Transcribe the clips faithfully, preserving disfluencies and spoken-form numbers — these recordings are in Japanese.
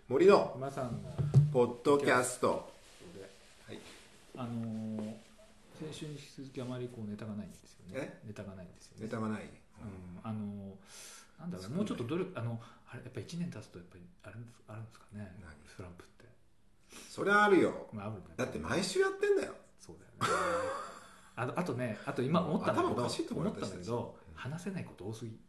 森の馬さんのポッドキャストで、 はい、 あのー、先週に引き続きあまりこうネタがないんですよね。ネタがないんですよね。 ネタがない、 うん、あのー、なんだろう、もうちょっと努力、あのあれやっぱりいちねん経つとやっぱりあるんですあるんですかね。スランプって。 それはあるよ、 まあ、あるんだって毎週やってんだよ。 そうだよね。あとあとね、あと今思ったんだけど、 頭おかしいと思思ったんだけど、話せないこと多すぎ。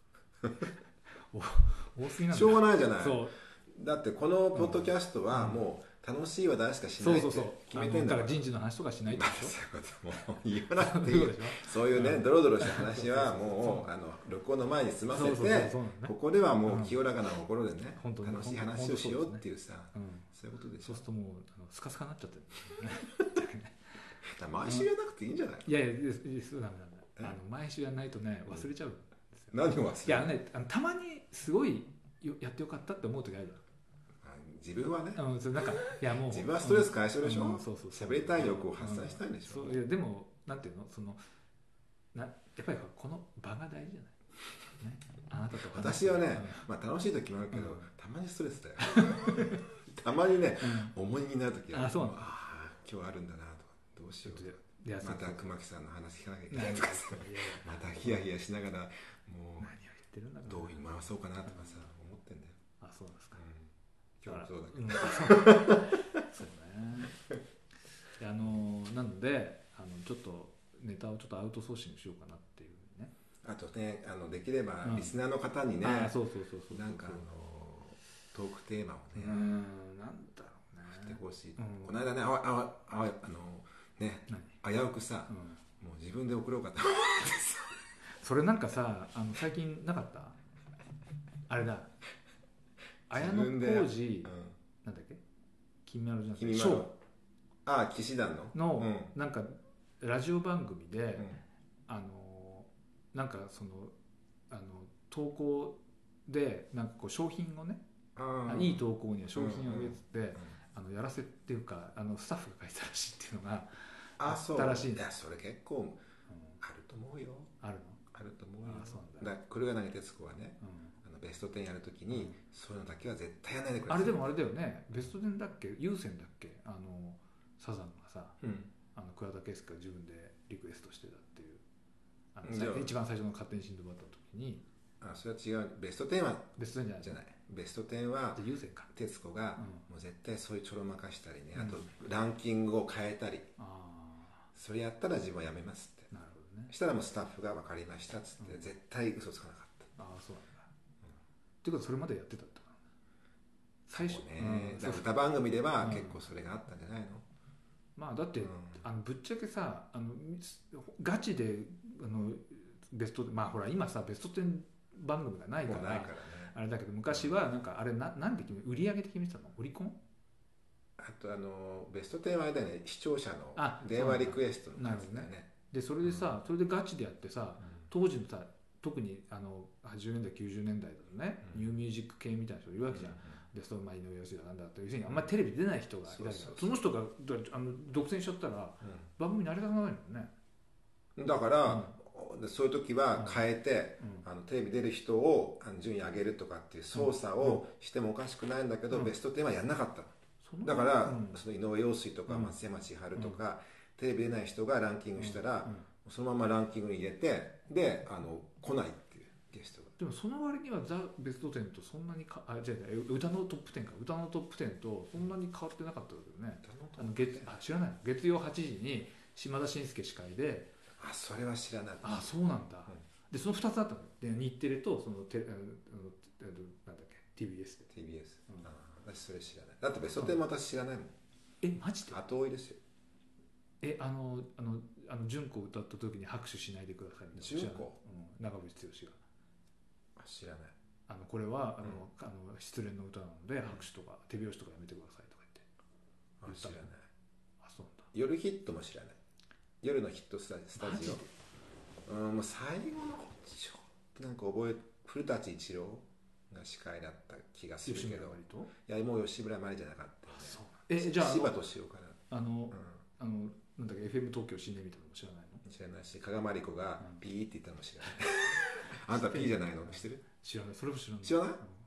多すぎなんだ。 しょうがないじゃない。 そうだってこのポッドキャストはもう楽しい話題しかしないって決めてんだから。 だから人事の話とかしないってでしょ。もう言わなくていい。そういうね、ドロドロした話はもうあの録音の前に済ませて、ここではもう清らかな心でね、楽しい話をしようっていうさ、そういうことでしょ。 そうするともうスカスカになっちゃってる。 毎週やらなくていいんじゃない？ いやいや、そうダメなんだ。あの毎週やらないとね、忘れちゃうんですよ。 何を忘れる？いやね、たまにすごいやってよかったって思う時あるじゃん。 自分はね、 うん、なんかいやもう自分はストレス解消でしょ。 うん、そうそうそう。 喋りたい欲を発散したいんでしょ。 うん、そういやでもなんていうの、そのなやっぱりこの場が大事じゃない。ね、あなたと私はね、うん、まあ楽しい時もあるけど、うん、たまにストレスだよ。たまにね、うん、重荷になる時は、あ、そうなんだ。ああ今日あるんだなとか、どうしようとか。また熊木さんの話聞かなきゃいけないとかさ、またヒヤヒヤしながらもうどういう回そうかなとかさ思ってんだよ。 あ、そうなんですか。 今日もそうだけど。そうね。あのなのであのちょっとネタをちょっとアウトソーシングしようかなっていうね。 あとね、あのできればリスナーの方にね、 そうそうそうそう、 なんかあのトークテーマをね、 なんだろうね。 してほしい。この間ね、あわあわあわあのね、危うくさ、うん、もう自分で送ろうかと思ってさ。 それなんかさ、あの最近なかった？あれだ。綾小路、うん、なんだっけ？君まろじゃなくて、 君まろ。ああ、騎士団のの、うん、なんかラジオ番組で、うん、あのなんかそのあの投稿でなんかこう商品をね、いい投稿には商品を入れてて、うんうん、あのやらせっていうかあのスタッフが書いてたらしいっていうのがあったらしいんです。 いやそれ結構あると思うよ。 あるの？ あると思うよ。 あ、そうなんだ。 だ黒柳徹子はね、うん、あのベストテンやるときに、うん、そういうのだけは絶対やらないでくれ。 あれでもあれだよね。ベストテンだっけ？優先だっけ？あのサザンがさ、うん、あの桑田佳祐が自分でリクエストしてたっていう。あの一番最初の勝手にシンドバッドの時に。 あ、それは違う。ベストテンはベストテンじゃない。 じゃない。ベストテンは優先か。 徹子が、もう絶対そういうちょろまかしたりね、うん、あとランキングを変えたり、あ、それやったら自分はやめますって。なるほどね。したらもうスタッフが分かりましたっつって、うん、絶対嘘つかなかった。 ああ、そうなんだ。うん、っていうことそれまでやってたってこと最初ね、うん、歌番組では結構それがあったんじゃないの？ まあだって、うん、あのぶっちゃけさ、あのガチであのベスト、まあほら今さベストテン番組がないから、 ないからね、 あれだけど昔はなんかあれ な, なんで決め売り上げで決めてたの？オリコン？ あとあのベストテンはあれだよね、視聴者の電話リクエストのやつだよね。 でそれでさ、それでガチでやってさ、当時のさ特にあのはちじゅうねんだいきゅうじゅうねんだいだとね、ニューミュージック系みたいな人いるわけじゃん。ベストマイの様子だなんだっていうふうにあんまりテレビ出ない人がいたけど、その人があの独占しちゃったら、番組成り立たないもんね。 だから、うん、そういう時は変えて、うん、あのテレビ出る人をあの順位上げるとかっていう操作をしてもおかしくないんだけど、うん、ベストテンはやんなかったの。だから、うん、その井上陽水とか松山千春とか、テレビ出ない人がランキングしたら、そのままランキングに入れて、であの来ないっていうゲストが。 でもその割にはザ・ベストテンとそんなにか、あ、じゃあ歌のトップテンか、歌のトップテンとそんなに変わってなかったんだよね。あの月あ知らないの？月曜はちじに島田紳介司会で。 あ、それは知らない。 あ、そうなんだ。うん、でそのふたつあったの。で日テレとそのテあのなんだっけ ティービーエス で。 ティービーエス。うん、あ、私それ知らない。だってベストテンも私知らないもん。 え、マジで？ 後追いですよ。 え、あのあのあの純子を歌った時に拍手しないでください。 純子。 うん、長渕剛が。 知らない。 あのこれはあの、うん、あの失恋の歌なので拍手とか手拍子とかやめてくださいとか言って。 あ、知らない。 あ、そうなんだ。 夜ヒットも知らない。夜のヒットスタジオ。うん、もう最後のちょっとなんか覚え、古舘一郎が司会だった気がするけど。いやもう吉村麻里じゃなかった、ね。あ、そうなんだ。え、じゃあ柴敏夫かな。 あの、うん、あのなんだっけ エフエム 東京シネみたいなのも知らないの？ 知らないし、加賀まりこがピーって言ったのも知らない。あんた P じゃないの知ってる？ 知らない。それも知らない。 知らない？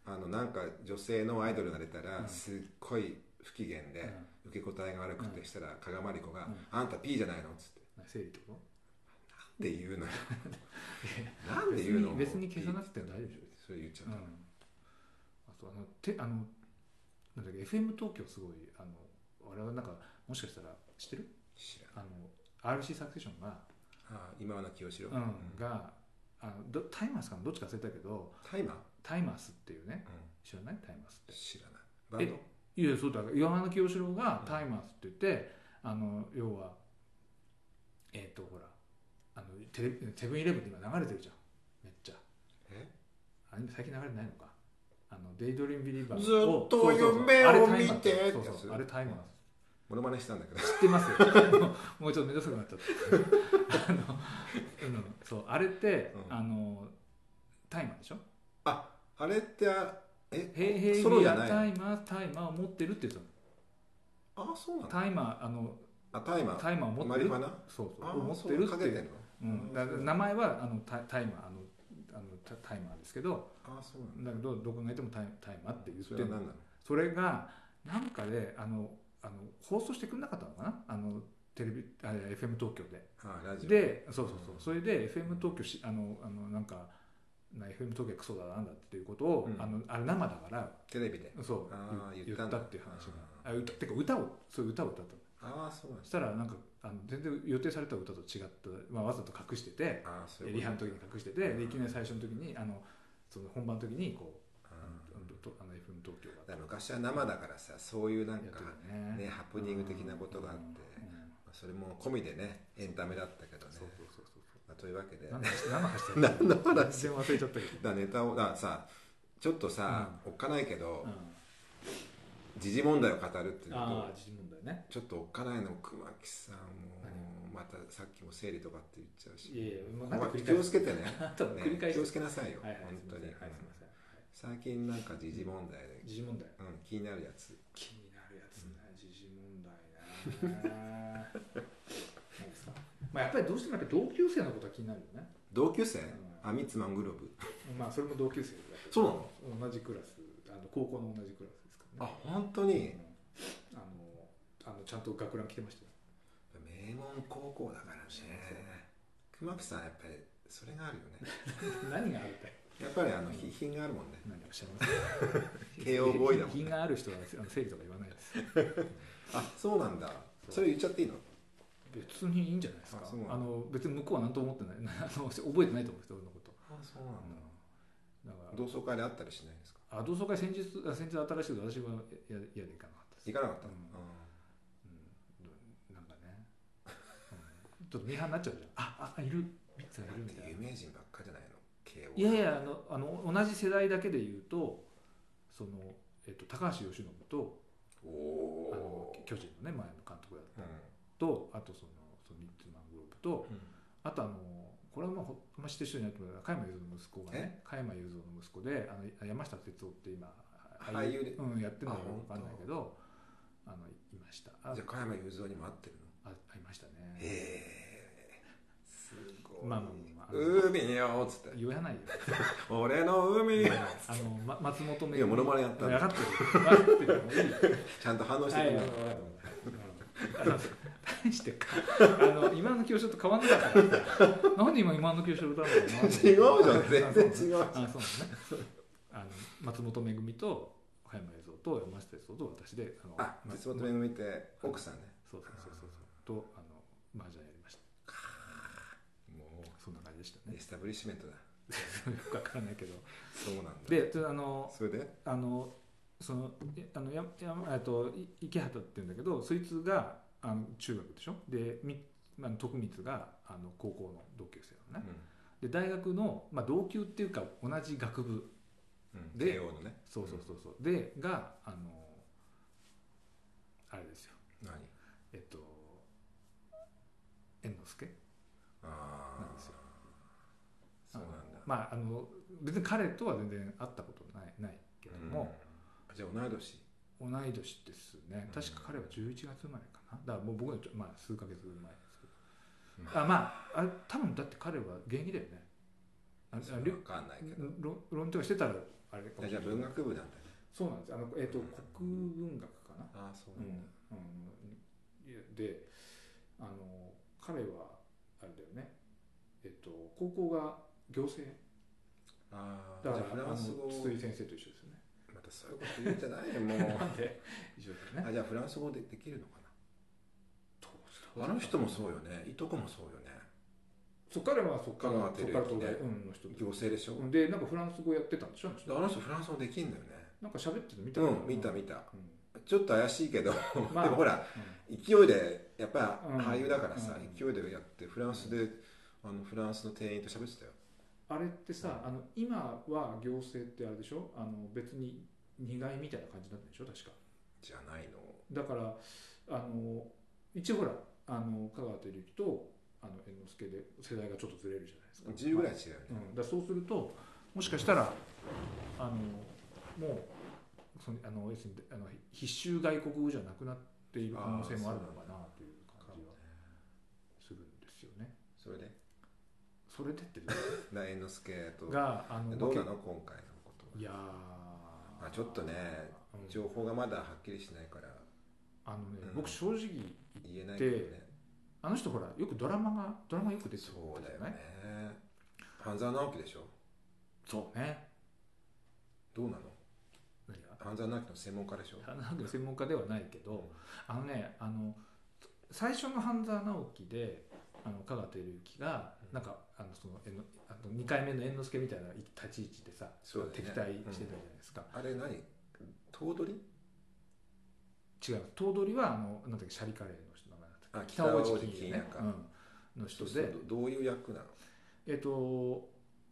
あのなんか女性のアイドルが出たら、 うん、 すっごい不機嫌で、うん、受け答えが悪くて、うん、したら加賀まりこが、うん、あんた P じゃないのっつって、 生理ってことなんで言うのよなんで言うの別に消さなくても大丈夫でしょ。 それ言っちゃった、うん、 あとあのてあのなんだっけ エフエム 東京すごいあのあれはなんかもしかしたら知ってる？ 知らない。 あの アールシー サクセションがあ今はな清志郎、 うん、があのどタイマースかなどっちか忘れたけどタイマータイマースっていうね、 うん、 知らないタイマースって知らないバンドえいやそうだ岩花清志郎がタイマースって言って、うん、あの要はえっ、ー、とほらあのテレセブンイレブンって今流れてるじゃんめっちゃえあれ最近流れてないのかあのデイドリームビリーバーずっと夢を見てそうそうあれタイマースモノマネしたんだけど知ってますよもうちょっとめんどくさくなっちゃったあの、うん、そうあれって、うん、あのタイマーでしょああれってえへいへいビアタイマータイマーを持ってるって言ってたのあそうなのタイマーあのあタイマータイマーを持ってるマリファナそうそう持ってるっていう、うん、だ名前はあのタイマーあのあのタイマーですけどあそうなんだだけどどこがいてもタイタイマーって言ってるそれは何なのそれがなんかであのあの放送してくれなかったのかなあのテレビあ エフエム 東京であラジオでそうそうそう、うん、それで エフエム 東京しあのあのなんかな エフエム 東京クソだなんだっていうことを、うん、あのあれ生だからテレビでそうあ言ったっていう話があ歌てか歌をそういう歌を歌ったああそうなんしたらなんかあの全然予定された歌と違った、まあ、わざと隠しててあそういうリハの時に隠しててでいきなり最初の時にあのその本番の時にこうあの エフエム 東京が昔は生だからさそういうなんかね、ねハプニング的なことがあって、うんうん、それも込みでねエンタメだったけどねそうそうそうそう、まあ、というわけで何の話何の話全然忘れちゃったけどだネタをださちょっとさ、うん、おっかないけど、うん時事問題を語るっていうとあ時事問題、ね、 ちょっとおっかないの熊木さんもまたさっきも生理とかって言っちゃうしいやいや、 まあ、気をつけてねね気をつけなさいよ、 はいはい、 本当に、 はい、 最近なんか時事問題で時事問題、 うん、気になるやつ気になるやつね、うん、時事問題ねまあやっぱりどうしてもやっぱ同級生のことは気になるよね同級生、うん、あミッツマングローブまあそれも同級生だけどそうなの同じクラスあの高校の同じクラスあ本当に、うん、 あのあのちゃんと学ラン着てましたよ名門高校だからね熊木さんやっぱりそれがあるよね何があるかいやっぱりあの品があるもんね何をおっしゃいます慶応ボーイだもんね品がある人はあの生理とか言わないですあそうなんだそれ言っちゃっていいの別にいいんじゃないですか あ, あの別に向こうは何とも思ってないあの覚えてないと思う人のことあそうなんだ、うん、だから同窓会で会ったりしないんですかあ同窓会先日先日新しく私は嫌で行かなかったです行かなかった、うんうん、なんかね、うん、ちょっとミーハーになっちゃうじゃんああいるミッツがいるみたいな有名人ばっかじゃないの慶応いやいやあのあの同じ世代だけで言うとその、えっと、高橋由伸とおあの巨人のね前の監督だったと、うん、あとそのそのミッツマングローブと、うん、あとあのこれはまああんま知ってる人いないと思うけど加山雄三の息子がね加山雄三の息子であの山下哲夫って今俳優で、 うん、やってるのか分かんないけどあのいましたじゃあ加山雄三にも会ってるのあ会いましたねへえすごいまあまあまあ海よっつって言わないよ俺の海よあの、ま、松本めいやモノマネやったんだ分かってる分かってるちゃんと反応してくれる大してかあの今の教師と変わんなかったからなんで今今の教師を歌うのかな違うじゃん全然違うあそうなんねあの松本めぐみと加山雄三と山下哲夫と私であのあ松本めぐみって奥さんねそうそうそうそうとあの麻雀やりましたもうそんな感じでしたねエスタブリッシュメントだよくわからないけどそうなんだであのそれであのそのあのややあと池畑って言うんだけどそいつがあの中学でしょでみ、まあ、徳光があの高校の同級生なのね、うん、で大学の、まあ、同級っていうか同じ学部で、 うん、慶応のねそうそうそうそう、うん、でがあのあれですよ何えっと猿之助あなんですよそうなんだまああの別に彼とは全然会ったことないないけども、 うん、じゃあ同い年同い年ですね確か彼はじゅういちがつ生まれかなだからもう僕は、まあ、数ヶ月前ですけど、うん、あまああ多分だって彼は現役だよねあ分かんないけど論論とかしてたらあれじゃあ文学部なんだね。 そうなんです。あの、えーと、国文学かな。 ああそうなんだ、 うんうん、であの彼はあれだよね、えっと、高校が行政あだからフランス語筒井先生と一緒ですよね。 またそういうこと言うんじゃないよもうなんで一緒ですよね。 あじゃあフランス語でできるのかな。 ああの人もそうよね、いとこもそうよね。 そっからはそっから香川照之ね、 東大、うん、の人行政でしょ。 でなんかフランス語やってたんでしょ。 あの人フランス語できんだよね。 なんか喋ってるの見た。 うん見た見た、 うん、 ちょっと怪しいけど、まあ、でもほら、うん、勢いでやっぱり俳優だからさ、うん、勢いでやってフランスであのフランスの店員と喋ってたよ。あれってさ、あの今は行政ってあれでしょ、あの別に苦いみたいな感じなんでしょ確か。 じゃないの。 だからあの一応ほらあの香川照之とあの猿之助で世代がちょっとずれるじゃないですか。 じゅうぐらい違うよね、 うん、だそうするともしかしたらあのもうそのあの要するにあの必修外国語じゃなくなっている可能性もあるのかなという感じはするんですよね。 それでそれでって猿之助とがあのどうなの今回のことは。 いやまあ、ちょっとね、うん、情報がまだはっきりしないからあのね、うん、僕正直言えないけどね。 あの人ほらよくドラマがドラマよく出てる。 そうだよね。半沢直樹でしょ。 そうね。 どうなの。半沢直樹の専門家でしょ。 半沢直樹の専門家ではないけど、うん、あのねあの最初の半沢直樹であの香川照之がなんかあのそのあのにかいめの猿之助みたいな立ち位置でさ、ね、敵対してたじゃないですか。 うん、あれ何頭取？ 違う、頭取はあのなんだっけシャリカレーの人の名前だったっけ。 北大路欣也か、 うん、の人で。 どういう役なの？ えっと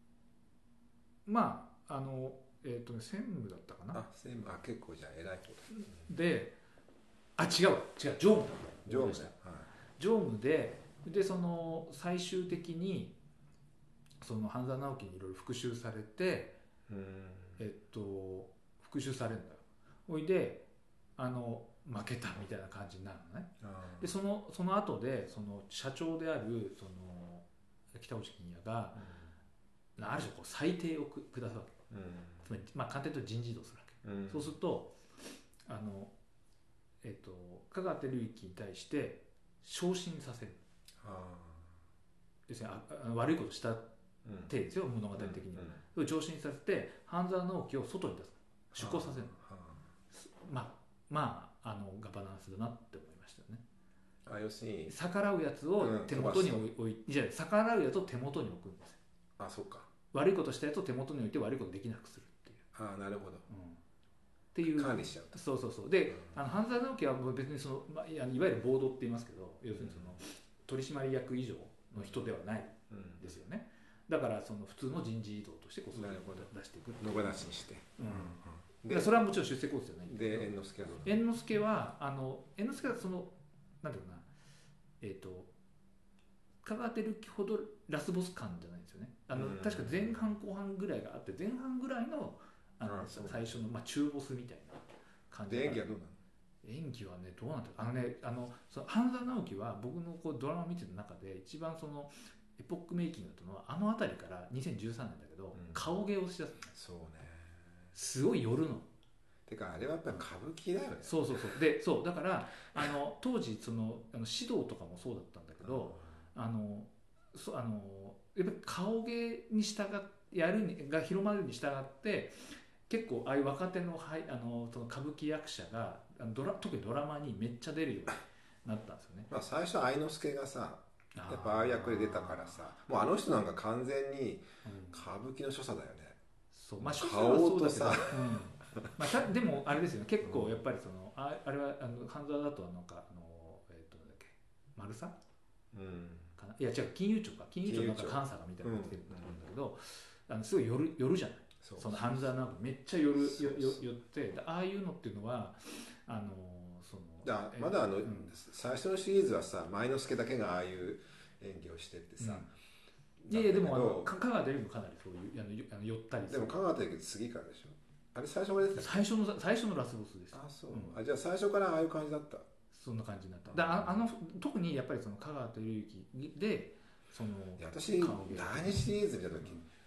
まああのえっとね専務だったかな。 あ専務、あ結構じゃあ偉い方だ。 で、あ違う違う常務だ。 常務だ。はい。 常務ででその最終的にその半沢直樹にいろいろ復讐されて、 うんえっと復讐されるんだよ。おいであの負けたみたいな感じになるのね。でそのその後でその社長であるその北大路欣也が、うん、ある種こう裁定をく下すわけ、うん、つまり、まあ、簡単に言うと人事異動するわけ、うん、そうするとあの、えっと、香川照之に対して昇進させる。要するにああ悪いことした手ですよ、うん、物語的には、うんうん、昇進させて半沢直樹を外に出す、出向させる。まあまああのガバナンスだなって思いましたよね。 あ要するに逆らうやつを手元に置い、うん、じゃ逆らうやつを手元に置くんですよ。 あそうか。 悪いことしたやつを手元に置いて悪いことできなくするっていう。 あなるほど、 うん、っていう管理しちゃう。 そうそうそうで、うん、あの半沢直樹は別にその、まあ、いわゆるボードって言いますけど、要するにその、うん、取締役以上の人ではないですよね、うん、だからその普通の人事異動としてこそ出していく野放しにして、うんうん、でそれはもちろん出世コースじゃないんで猿之助はどう猿之助はあの猿之助はそのなんていうかなえっ、ー、と香川照之ほどラスボス感じゃないんですよね。あの、うん、確か前半後半ぐらいがあって前半ぐらいのあの最初の、まあ、中ボスみたいな感じで。 演技はどうなの？ 演技はねどうなんてあのねあのその半沢直樹は僕のこうドラマ見てた中で一番そのエポックメイキングだったのはあの辺りからにせんじゅうさんねんだけど、うん、顔芸をしだす。 そうね。 すごい寄るの。 てかあれはやっぱり歌舞伎だよね。 そうそうそうでそうだからあの当時そのあの指導とかもそうだったんだけど、うん、あのそあのやっぱり顔芸に従ってやるにが広まるに従って結構ああいう若手の、はい、あのその歌舞伎役者がドラ特にドラマにめっちゃ出るようになったんですよね。 まあ最初愛之助がさやっぱああいう役で出たからさもうあの人なんか完全に歌舞伎の所作だよね、 うん、そうまあ所作はそうだけど、うんまあ、たでもあれですよね結構やっぱりそのああれはあの半沢だとなんかあのえっ、ー、となんだっけ丸さ、うん、かないや違う金融庁か金融庁なんか監査がみたいなのが出てると思うんだけど、うん、あのすごい寄る寄るじゃない。そ, その半沢なんかめっちゃ寄るよ寄ってああいうのっていうのはあのそのだまだあの、うん、最初のシリーズはさ舞之助だけがああいう演技をしてってさ、 うん、いやいやでもあの香川照之もかなりそういうあの寄ったりでも香川照之次からでしょあれ最初から出てた最初の最初のラスボスです。 あそう、うん、あじゃあ最初からああいう感じだった。 そんな感じになっただああの特にやっぱりその香川照之でその私第二シリーズ見た時、うんもうなんか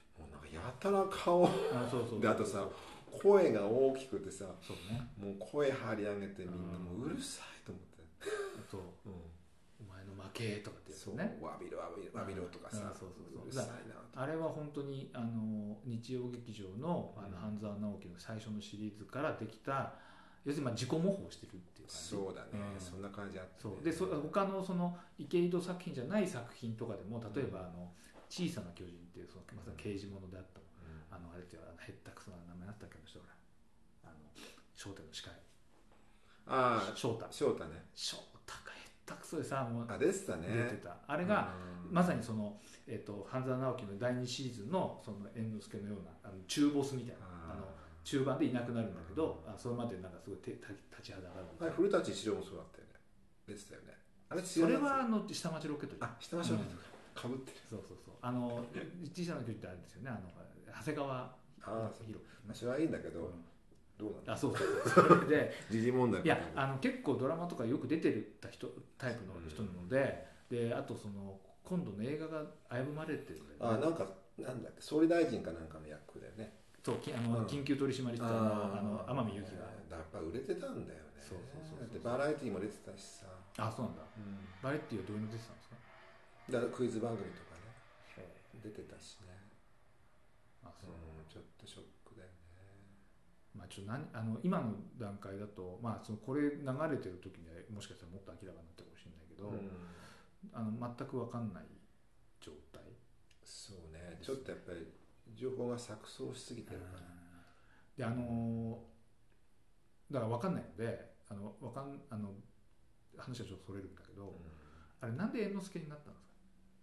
やたら顔あそうそうそうで、あとさ声が大きくてさ、 そうね、 もう声張り上げてみんなもううるさいと思って、 そう、うん、お前の負けとかってやつね、 そう、わびろわびろわびろとかさ、 そうそうそう、 うるさいなと。 あれは本当にあの日曜劇場のあの半沢直樹の最初のシリーズからできた、要するにまあ自己模倣してるっていう感じ。 そうだね、 うん、 そんな感じあって、ね、 そうでそ他のその池井戸作品じゃない作品とかでも、例えばあの小さな巨人っていうそのまさに刑事物であった、うん、あのあれっていうあのへったくそな名前あったっけの人があの翔太の司会、 ああ翔太翔太ね、 翔太がへったくそでさ、もうあでしたね、 出てたあれが、うん、まさにその、えー、と半沢直樹のだいにシーズンのその猿之助のようなあの中ボスみたいな、あの中盤でいなくなるんだけど、あそれまでなんかすごい立ちはだかるみたいな。 古舘一郎もそうだったよね、出てたよね。あれそれはあの下町ロケットあ下町ロケットか、うん、かぶってる。 そうそうそう、あの小さな巨人ってあるんですよね、あの長谷川博己、それはいいんだけど、うん、どうなんだ。 あそうそうそれで時事問題。 いやあの結構ドラマとかよく出てるた人タイプの人なので、うん、であとその今度の映画が危ぶまれてるんだよね。 あなんかなんだっけ、総理大臣かなんかの役だよね。 そうあの、うん、緊急取締役のあの天海祐希がやっぱ売れてたんだよね。 そうそうそうそう、 でバラエティーも出てたしさ。 あそうなんだ、うん、バラエティーはどういうの出てたんですか。 だからクイズ番組とかね出てたしね。 あそう、 うん、ちょっとショックだよね。 まあ、ちょっと何あの今の段階だと、まあ、そのこれ流れてる時にはもしかしたらもっと明らかになったかもしれないけど、うん、あの全く分かんない状態。 そうね、ちょっとやっぱり情報が錯綜しすぎてるから、 であのだから分かんないので、あの分かんあの話はちょっとそれるんだけど、うん、あれなんで猿之助になったんですか。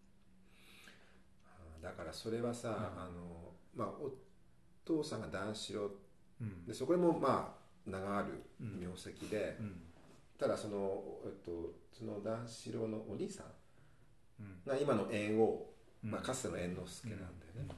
だからそれはさ、うん、あのまあお父さんが段四郎、うん、でそこでもまあ名がある名跡で、うんうん、ただその、えっと、その段四郎のお兄さんが今の猿翁、うんまあ、かつての猿之助なんだよね、うんうん、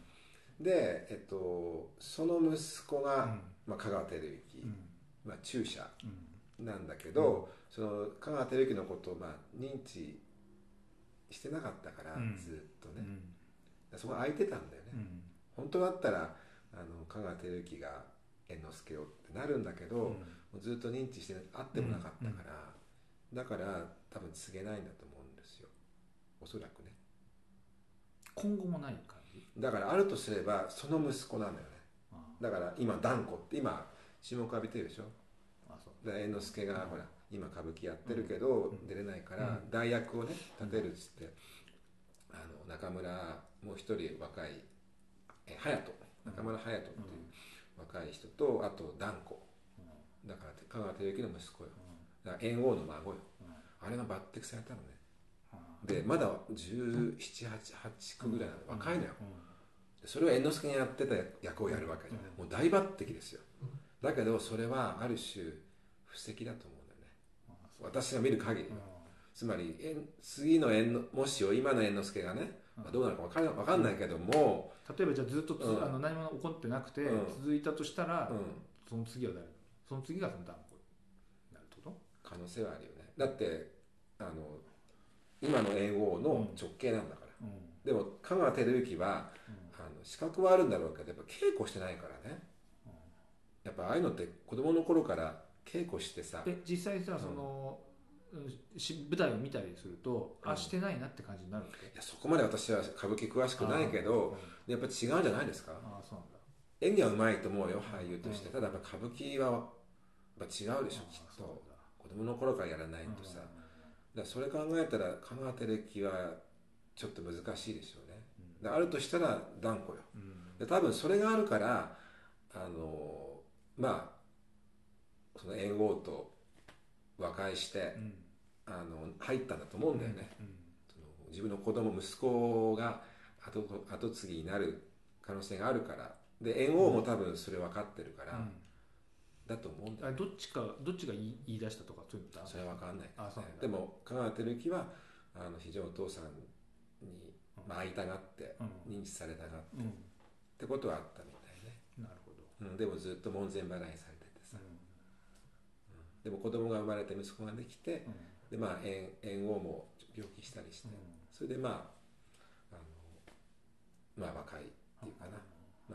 で、えっと、その息子が、うんまあ、香川照之、うんまあ、中車なんだけど、うん、その香川照之のことを、まあ、認知してなかったから、うん、ずっとね、うん、そこ空いてたんだよね、うん、本当だったらあの香川照之が猿之助をってなるんだけど、うん、もうずっと認知して会ってもなかったから、うん、だから多分告げないんだと思うんですよ、おそらくね。 今後もない感じだからあるとすればその息子なんだよね。だから今團子って今注目浴びてるでしょ。あそうで猿之助が、うん、ほら今歌舞伎やってるけど、うん、出れないから、うん、代役をね立てるっつって、うん、あの中村もう一人若いえ隼人中村隼人っていう若い人と、あと團子、だから香川照之の息子よ、だから猿翁の孫よ、あれが抜擢されたのね。でまだじゅうなな、はち、くぐらいなの、若いのよ、それを猿之助にやってた役をやるわけじゃない、もう大抜擢ですよ。だけどそれはある種布石だと思うんだよね、私が見る限りは。つまり次の猿もしよ今の猿之助がね、まあ、どうなるか分かんない、分かんないけども、 例えばじゃあずっと、うん、あの何も起こってなくて、うん、続いたとしたら、うん、その次は誰、その次がその団子になるってこと。 可能性はあるよね。だってあの今の猿翁の直系なんだから、うん、でも香川照之は、うん、あの資格はあるんだろうけどやっぱ稽古してないからね、うん、やっぱああいうのって子供の頃から稽古してさ。 え実際さ、その、うん、舞台を見たりすると、うん、あしてないなって感じになるんですか。いやそこまで私は歌舞伎詳しくないけど、うん、やっぱ違うんじゃないですか。 あそうなんだ。 演技はうまいと思うよ、俳優として、うん、ただやっぱ歌舞伎はやっぱ違うでしょ、きっと子供の頃からやらないとさ、だそれ考えたら香川照之はちょっと難しいでしょうね、うん、であるとしたら團子よ、うん、で多分それがあるからあのまあその猿翁と和解して、うん、あの入ったんだと思うんだよね、うんうん、その自分の子供息子が 後, 後継ぎになる可能性があるから、で猿翁も多分それ分かってるから、うんだと思うんだよ、ね、 どっちかどっちが言い、言い出したとかそういうのそれは分かんない、ね、あそうでも香川照之はあの非常にお父さんに、まあ、会いたがって、うん、認知されたがって、うん、ってことはあったみたいね。 なるほど、 うん、でもずっと門前払いされててさ、うんうん、でも子供が生まれて息子ができて、うん、でまあ猿猿翁も病気したりして、うん、それでまああのまあ和解っていうかな、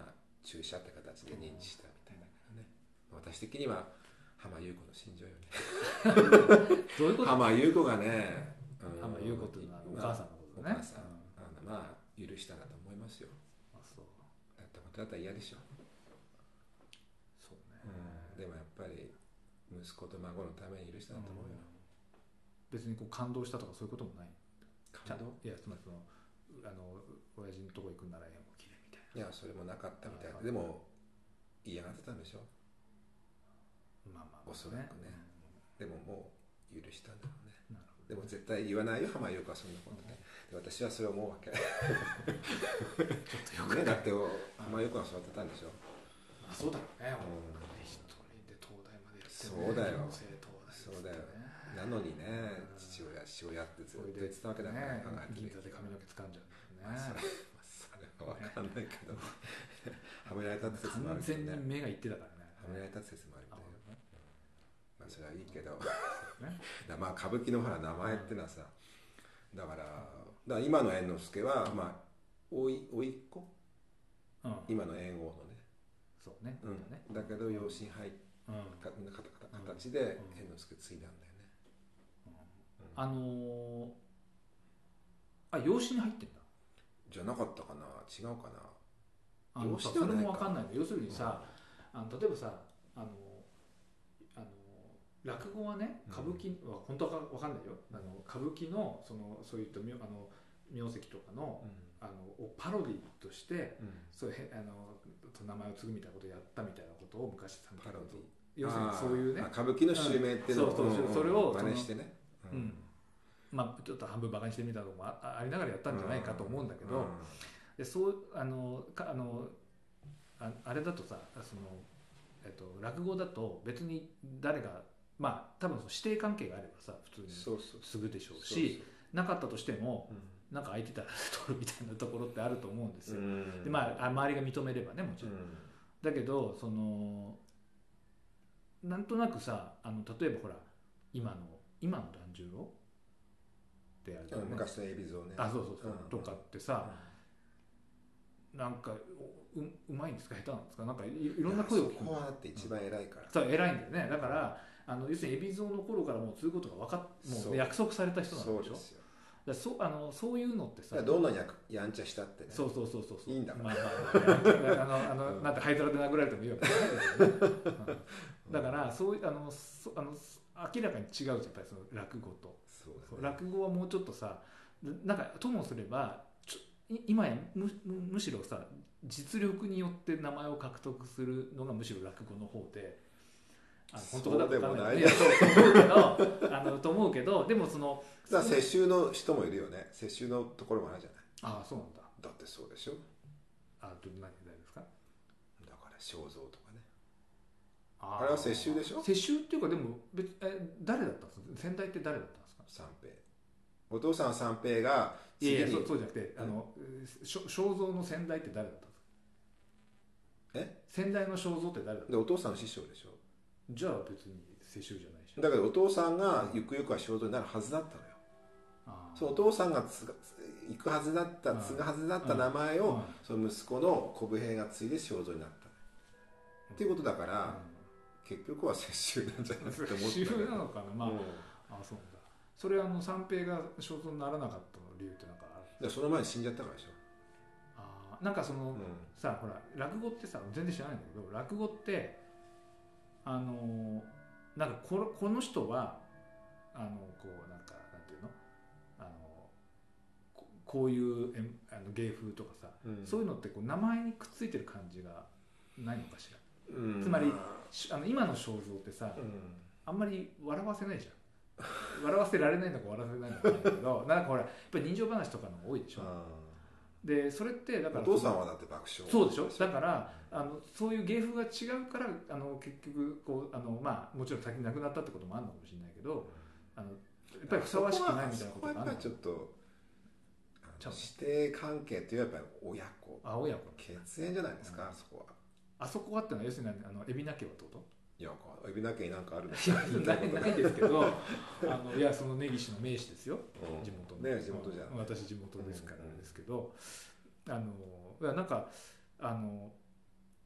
注射って形で認知したみたいだけどね、私的には浜優子の心情よねどういうこと？ 浜優子がね、 うん、浜優子っていうのはお母さんのことね、 お母さん、あのまあ許したなと思いますよ。 あ、そうだったことだったら嫌でしょ。 そうね、 うん、でもやっぱり息子と孫のために許したなと思うよ、うん、 別にこう感動したとかそういうこともない？ 感動？ いや、つまりそのあの親父のとこ行くなら絵も綺麗みたいな。いや、それもなかったみたいで、でも嫌がってたんでしょ。 まあまあ、 おそらくね、うん、でももう許したんだろうね。 なるほど。 でも絶対言わないよ、浜優子はそんなことね、うん、で私はそれを思うわけちょっとよくね、だって浜優子が育てたんでしょ。 まあ、そうだろうね、 うん、 一人で東大までやって、ね、 そうだよ、 そうだよ、 なのにね、父親父親ってずっと言ってたわけだから、 ね、銀座で髪の毛掴んじゃうんだよね、まあ、 それは分かんないけどはめられたって説もあるけどね、 完全に目がいってたからね、 はめられたって説もあるみたいな、まあそれはいいけどまあ歌舞伎のほら名前ってのはさ、だから、だから今の猿之助はまあおいおいっ子、うん、今の猿翁のね、 そうね、 うん、だけど養子に入った形で猿之助継いだんだよね、 うんうん、あのー、あ、養子に入ってんだじゃなかったかな、違うかな、 あのそれも分かんないの。要するにさ、うん、あの例えばさ、あのあの落語はね、歌舞伎は、うん、本当は分かんないよ、あの歌舞伎のそのそういったあの名跡とかの、うん、あのをパロディとして、うん、そういうあの名前を継ぐみたいなことをやったみたいなことを昔さんパロディ、要するにそういうね、 歌舞伎の襲名っていうのを、 うん、そうそうそう、それを真似してね、 うん、まあちょっと半分バカにしてみたのも あ, ありながらやったんじゃないかと思うんだけど、うん、でそうあのかあの あ, あれだとさ、その、えっと、落語だと別に誰がまあ多分その師弟関係があればさ普通に継ぐでしょうし、そうそうそうそうなかったとしても、うん、なんか空いてたら取るみたいなところってあると思うんですよ、うん、でまあ周りが認めればね、もちろん、うん、だけどそのなんとなくさ、あの例えばほら今の今の團十郎ってあるじゃん、ね、 昔の海老蔵ね、 あ、そうそうそう、うん、とかってさ、うん、なんか う, うまいんですか下手なんですか、なんか い, いろんな声を聞く。 そこはだって一番偉いから、 うん、そう偉いんだよね。だからあの要するに海老蔵の頃からもうそういうことが分かっもう約束された人なんでしょ。そうですよ。だそ, あのそういうのってさ、 どんなに や, やんちゃしたってね、 そうそうそうそういいんだから、まあまあ、あのあの、うん、なんて灰皿で殴られてもいいわけないですよね、うん、だからそういうあのそあの明らかに違うじゃん、やっぱりその落語と。そうですね、落語はもうちょっとさ、なんかともすればちょ今や む, むしろさ実力によって名前を獲得するのがむしろ落語の方で、あの本当だと分かんないけど、あのと思うけど、でもそのだから世襲の人もいるよね、世襲のところもあるじゃない。 ああ、そうなんだ。 だってそうでしょ。 ああ、ど何誰ですか。だから正蔵とかね、 あ, あれは世襲でしょ。 世襲っていうか、でも別え誰だったんですか、先代って誰だったんですか。 三平、お父さんは三平が次に、いやいや そ, そうじゃなくて、あの正蔵の先代って誰だったんですか。 え先代の正蔵って誰だったんですか。 でお父さんの師匠でしょ。 じゃあ別に世襲じゃないし。 だけどお父さんがゆくゆくは正蔵になるはずだったのよ。あ、そう、お父さんがつが行くはずだった継ぐはずだった名前を、その息子の小武平が継いで正蔵になった、うん、っていうことだから、うん、結局は世襲なんじゃないかと思って。 世襲なのかな、まあ、うん、あ、そうだ。それはあの三平が正蔵にならなかったの理由ってなんかある。 その前に死んじゃったからでしょ。 あ、なんかその、うん、さ、ほら落語ってさ、全然知らないんだけど、落語ってあのなんか こ, この人はあのこうなんかなんていうの、あの こ, こういうあの芸風とかさ、うん、そういうのってこう名前にくっついてる感じがないのかしら、うん、つまりあの今の正蔵ってさ、うん、あんまり笑わせないじゃん。笑わせられないのか笑わせないのかないけど、なんかほらやっぱり人情話とかの多いでしょ。でそれってだからお父さんはだって爆笑そうでしょ。だからあのそういう芸風が違うからあの結局こうあのまあもちろん先に亡くなったってこともあるのかもしれないけど、あのやっぱりふさわしくないみたいなことがあるの。 やっぱりちょっと師弟関係っていうやっぱり親子、 あ、親子血縁じゃないですか、うん、あそこは。あそこはってのは要するにあの海老名家はってこと。 いや、海老名家になんかあるんですか。 ないないですけど、あのいやその根岸の名士ですよ、うん、地元のね、地元じゃん。 私地元ですからですけど、うんうん、あのいやなんかあの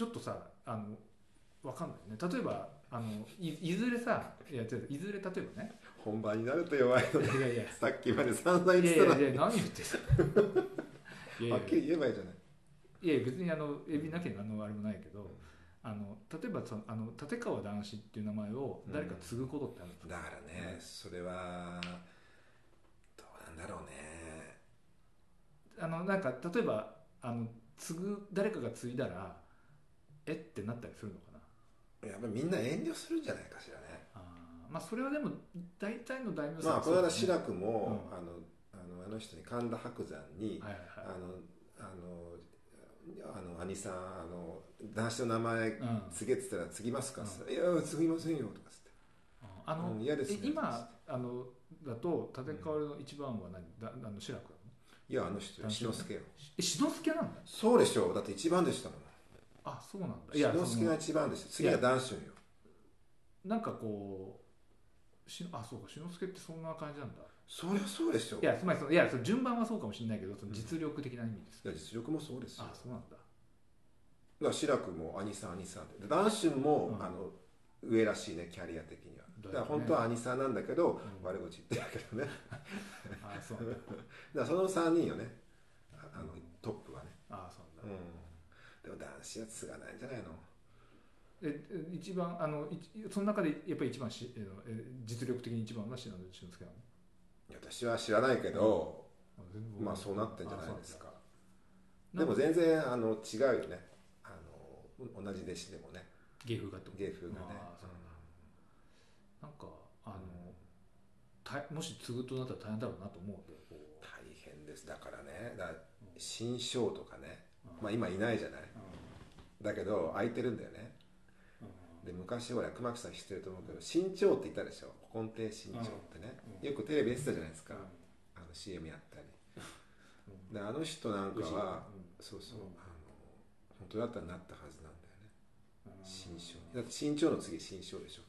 ちょっとさあの分かんないね。例えばあの い, いずれさいやいずれ例えばね本番になると弱いのでいやいやさっきまで散々言ってたのにいやいやいや何言ってさいやいやはっきり言えばいいじゃない。 いや別にあのエビなきゃ何のあれもないけど、あの例えばそのあの立川談志っていう名前を誰か継ぐことってあるんですか、 だからね、それはどうなんだろうね。 あのなんか例えばあの継ぐ誰かが継いだらえってなったりするのかな。 やっぱりみんな遠慮するんじゃないかしらね。 あまあそれはでも大体の大名さんまあこの間志らくうん、 も、あのあのあの人に神田伯山に、 はいはいはい、 あのあのあの兄さんあの男子の名前継げって言ったら継ぎますか、うん、いや継ぎませんよとかつって、 あの、うん、 嫌ですね。 今あのだと立川の一番は何、うん、だあの志らくなの？ いやあの人志の輔よ。 え志の輔なんだ。 そうでしょう、だって一番でしたもん。 あそうなんだ。 志の輔が一番でした。次は談春よ。 なんかこうしあそうか志の輔ってそんな感じなんだ。 そりゃそうでしょう。 いやつまりそのいやその順番はそうかもしれないけどその実力的な意味です、 うん、いや実力もそうですよ。 あそうなんだ。 だから志らくも兄さん兄さんで談春も、うん、あの上らしいねキャリア的には。だから本当は兄さんなんだけど、うん、悪口言ってるけどねあそうなんだ。だからそのさんにんよね、あの、うん、トップはね。 あそうなんだ、 うん、でも男子は継がないんじゃないの。 え一番あのその中でやっぱり一番しえ実力的に一番は志の輔なの？ 私は知らないけど、うん、まあそうなってんじゃないですか。でも全然あの違うよね、あの同じ弟子でもね、 芸風がと芸風がね。 なんかあのたもし継ぐとなったら大変だろうなと思う。 大変です。だからね、だから新章とかね、まあ今いないじゃない、だけど空いてるんだよね。で昔ほら熊木さん知ってると思うけど新潮って言ったでしょ、古今亭新潮ってね、よくテレビ出てたじゃないですか、あの シーエム やったりで、あの人なんかはそうそう、あの本当だったらなったはずなんだよね、新潮。だって新潮の次新潮でしょ。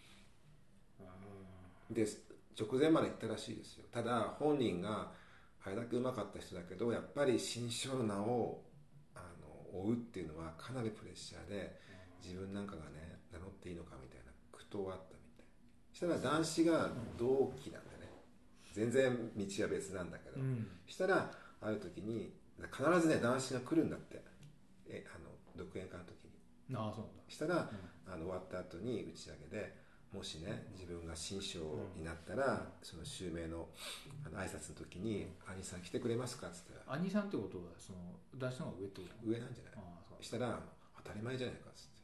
で直前まで行ったらしいですよ。ただ本人があれだけうまかった人だけどやっぱり新潮の名をあの追うっていうのはかなりプレッシャーで、自分なんかがね名乗っていいのかみたいな苦闘あったみたい。したら男子が同期なんだね、全然道は別なんだけど、うん、したらある時に必ずね男子が来るんだって、えあの独演会の時に。 ああそうなんだ。 したら、うん、あの終わった後に打ち上げでもしね自分が新章になったら、うん、その襲名のあの挨拶の時に「兄さん来てくれますか?」っつったら「 兄さんってことはその男子の方が上ってこと？ 上なんじゃない？」したら「当たり前じゃないか」っつって、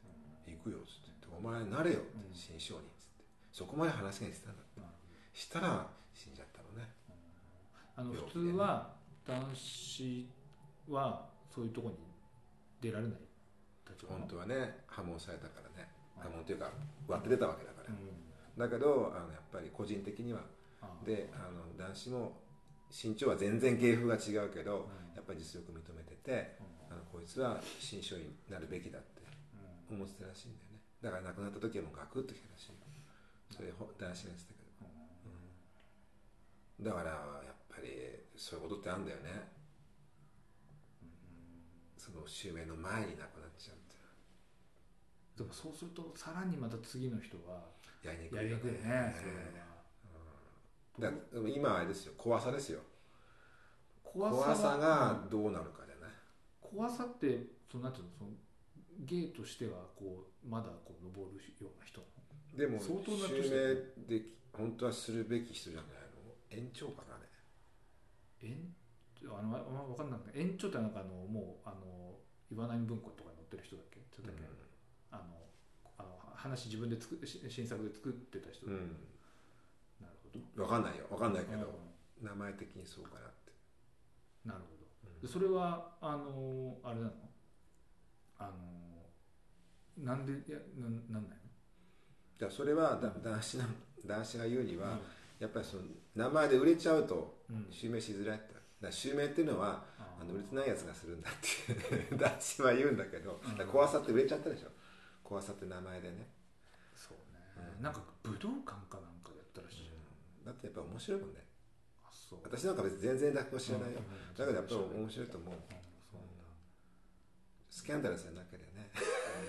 うん、行くよっつって、お前なれよって、うん、新章にっつって、そこまで話が言ってたんだって、うん、したら死んじゃったのね、 うん、あの普通は男子はそういうところに出られない立場。 本当はね破門されたからね、破門というか割って出たわけだから、うん、だけどあのやっぱり個人的にはで、あの男子も身長は全然芸風が違うけど、うん、やっぱり実力認めてて、うん、あのこいつは新章になるべきだって思ってたらしいんだよね。だから亡くなった時はもうガクッときたらしいよ。それ男子が言ってたけど、うん、だからやっぱりそういうことってあるんだよね、うん、その襲名の前に亡くなっちゃうって。 でもそうするとさらにまた次の人はやりにくいよね。 ねそれは、うん、だでも今あれですよ、怖さですよ。怖さ, 怖さがどうなるかじゃない。 怖さってそのなんていうの、その芸としてはこうまだこう登るような人でも相当な襲名で本当はするべき人じゃないの。延長かなね。 延あの分かんなくて、延長ってなんかあのもうあの岩波文庫とかに載ってる人だっけ、ちょっとだけ、うん、あのあの話自分で作新作で作ってた人、うん、なるほど。 分かんないよ、分かんないけど、うん、名前的にそうかなって。 なるほど。うん、それはあのあれなの、あのなんでいや な, なんないの。 だそれは、うん、男子の男子が言うには、うん、やっぱりその名前で売れちゃうと襲名しづらいって。だ襲名っていうのは、うん、あの売れてないやつがするんだって男子は言うんだけど、うん、だ怖さって売れちゃったでしょ。怖さって名前でね。 そうね、うん、なんか武道館かなんかでやったらしい、 うん、だってやっぱ面白いもんね。 あそう。 私なんか別に全然落語知らないよ、うんうん、だけどやっぱり面白いと思う、うん、そうなんだ。スキャンダルさえなければね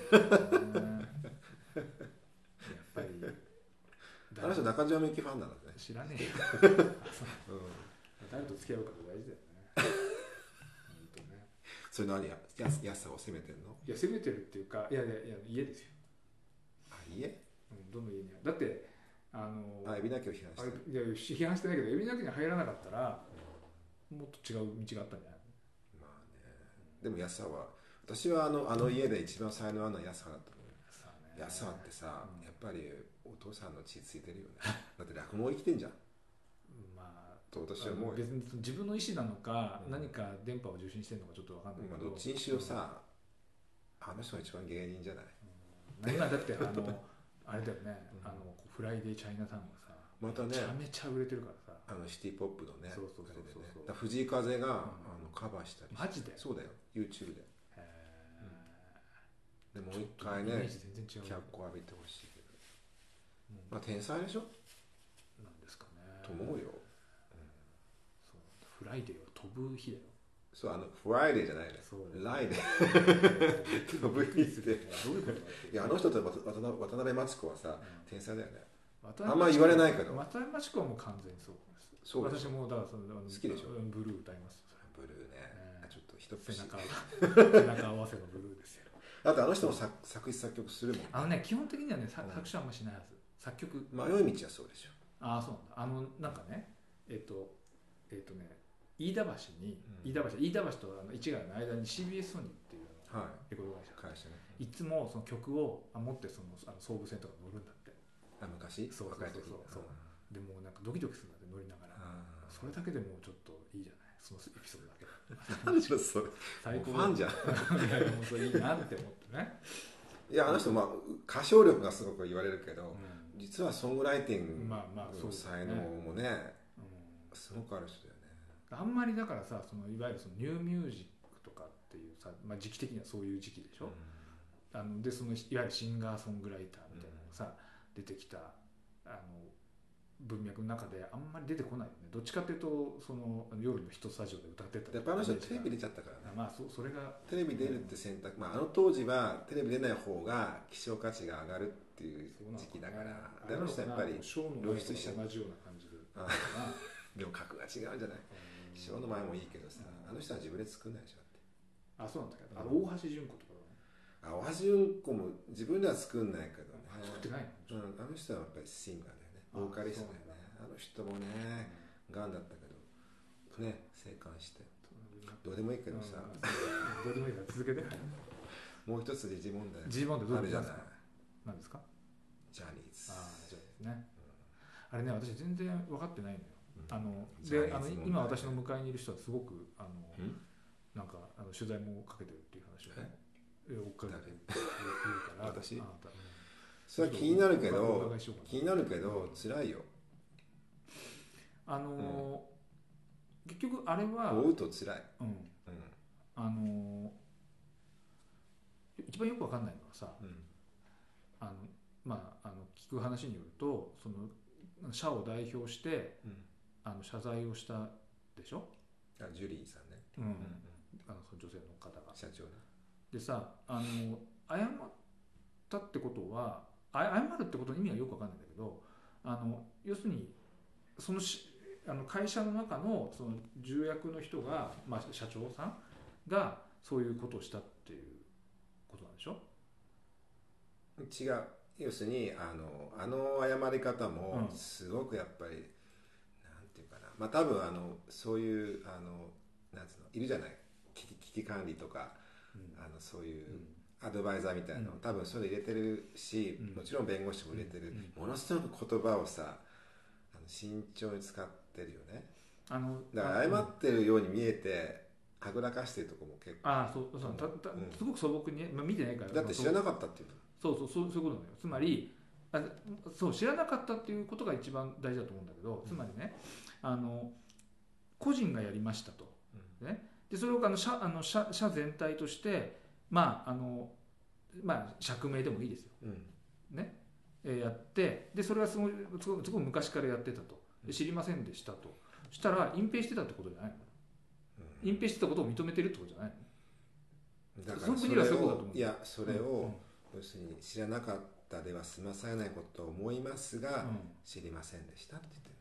やっぱりあの人中島みゆきファンなのね。 知らねえよ、うん、誰と付き合うかって大事だよね本当ね。 それ何や安さを責めてんの？ いや責めてるっていうか、いやいやいや家ですよ。 あ、家？ うん、どの家にだってあのあ、海老名家を批判してる。 いや批判してないけど海老名家に入らなかったら、うん、もっと違う道があったんじゃないの？ まあね、でも安さは私はあのあの家で一番才能あるのは安さだと思う。安さってさ、うん、やっぱりお父さんの血ついてるよね。だって落語生きてんじゃん。 まあと私は思うよ。 別に自分の意思なのか、うん、何か電波を受信してるのかちょっと分かんないけど、 まあ、どっちにしろさ、うん、あの人が一番芸人じゃない。 うん、今だってあのあれだよね、うん、あのフライデーチャイナタウンがさ、 またね、 めちゃめちゃ売れてるからさ、 あのシティポップのね、 そうそうそうそうそう、 ね、藤井風が、うん、あのカバーしたりして。 マジで？ そうだよ、 YouTube で。でもう一回ね、脚光浴びてほしいけど、うん、まあ天才でしょなんですかねと思うよ、うん、 そうフライデーは飛ぶ日だよ。 そう、あのフライデーじゃないね、ライデー飛ぶ日ってどういうことだっていや、あの人と渡辺真知子はさ、うん、天才だよね。あんま言われないけど渡辺真知子はもう完全にそうです。そうです。私もだからその好きでしょ。 ブルー歌います。 ブルーね、ね、ちょっと一背中背中合わせのブルーですよ。 だってあの人も作作詞作曲するもん、ね、 あのね、基本的にはね、作詞はあんましないはず。作曲迷い道はそうでしょ。 ああ、そうなんだ。あのなんかね、えっとえっとね飯田橋に、うん、飯田橋飯田橋とあの市ヶ谷の間に シービーエス ソニーっていうレコード会社、はい、いつもその曲を持ってそのあの総武線とか乗るんだって。 あ、昔？ そうそうそうそう、うん、でもなんかドキドキするんだって乗りながら。それだけでもうちょっといいじゃない。そのエピソードだけ何しろそれ最高ファンじゃん。 いやもうそれいいなって思ってね。 いや、あの人、まあ、歌唱力がすごく言われるけど、うん、実はソングライティングの才能もね、すごくある人だよね。 あんまりだからさ、そのいわゆるそのニューミュージックとかっていうさ、まあ、時期的にはそういう時期でしょ、うん、あのでそのいわゆるシンガーソングライターみたいなのがさ、うん、出てきたあの文脈の中であんまり出てこないよね。どっちかっていうとその夜のヒットスタジオで歌ってたりとか。 やっぱあの人テレビ出ちゃったからね。 まあ そ, それがテレビ出るって選択、まあ、あの当時はテレビ出ない方が希少価値が上がるっていう時期だから、あの人やっぱり露出しちゃう。 同じような感じででも格が違うんじゃない。希少の前もいいけどさ、あの人は自分で作んないでしょ。 あ、そうなんだけど、あの大橋純子とかだね。あ、大橋純子も自分では作んないけどね。 作ってないの？ うん、あの人はやっぱりシンガーだよね。ボーカリストだよね。あの人もね、がんだったけどね、生還してどうでもいいけどさ、 どうでもいいから続けて。 もう一つ時事問題時事問題どうあるじゃない。 何ですか？ ジャニーズ。 ああ、ジャニーズね、うん、あれね、私全然分かってないのよ、うん、あのであの今私の向かいにいる人はすごくあの、うん、なんかあの取材もかけてるっていう話をね、追っかけて言うから私あなた、うん、それは気になるけど気になるけど辛いよ。 あのーうん、結局あれは追うと辛い、うんうん、 あのー、一番よく分かんないのはさ、うん、あのまああの聞く話によるとその社を代表して、うん、あの謝罪をしたでしょ。 あ、ジュリーさんね、 うんうんうん、あのその女性の方が社長ね。 でさ、あの謝ったってことは謝るってことの意味はよく分かんないんだけど、あの要するにそのしあの会社の中のその重役の人が、まあ、社長さんがそういうことをしたっていうことなんでしょ。 違う。要するにあのあの謝り方もすごくやっぱり、うん、なんていうかな、まあ多分あのそういうあのなんつうのいるじゃない、危機、危機管理とか、うん、あのそういうアドバイザーみたいなの、うん、多分それ入れてるし、うん、もちろん弁護士も入れてる、うん、ものすごく言葉をさあの慎重に使ってるよね。あのだから謝ってるように見えてはぐらかしてるところも結構、 ああそうそう、たた、うん、すごく素朴に、まあ、見てないから。 だって知らなかったっていうの。 そうそうそう、そういうことなのよ。つまりあそう知らなかったっていうことが一番大事だと思うんだけど、つまりね、あの個人がやりましたと、うん、ね、でそれをあの 社, あの 社, 社全体としてまああのまあ釈明でもいいですよ、うん、ね、えー、やってでそれはすごいすごいすごい昔からやってたと、で知りませんでしたとしたら隠蔽してたってことじゃないの、うん、隠蔽してたことを認めてるってことじゃないの。 だからそれをいやそれを要するに知らなかったでは済まされないことと思いますが、うん、知りませんでしたって言って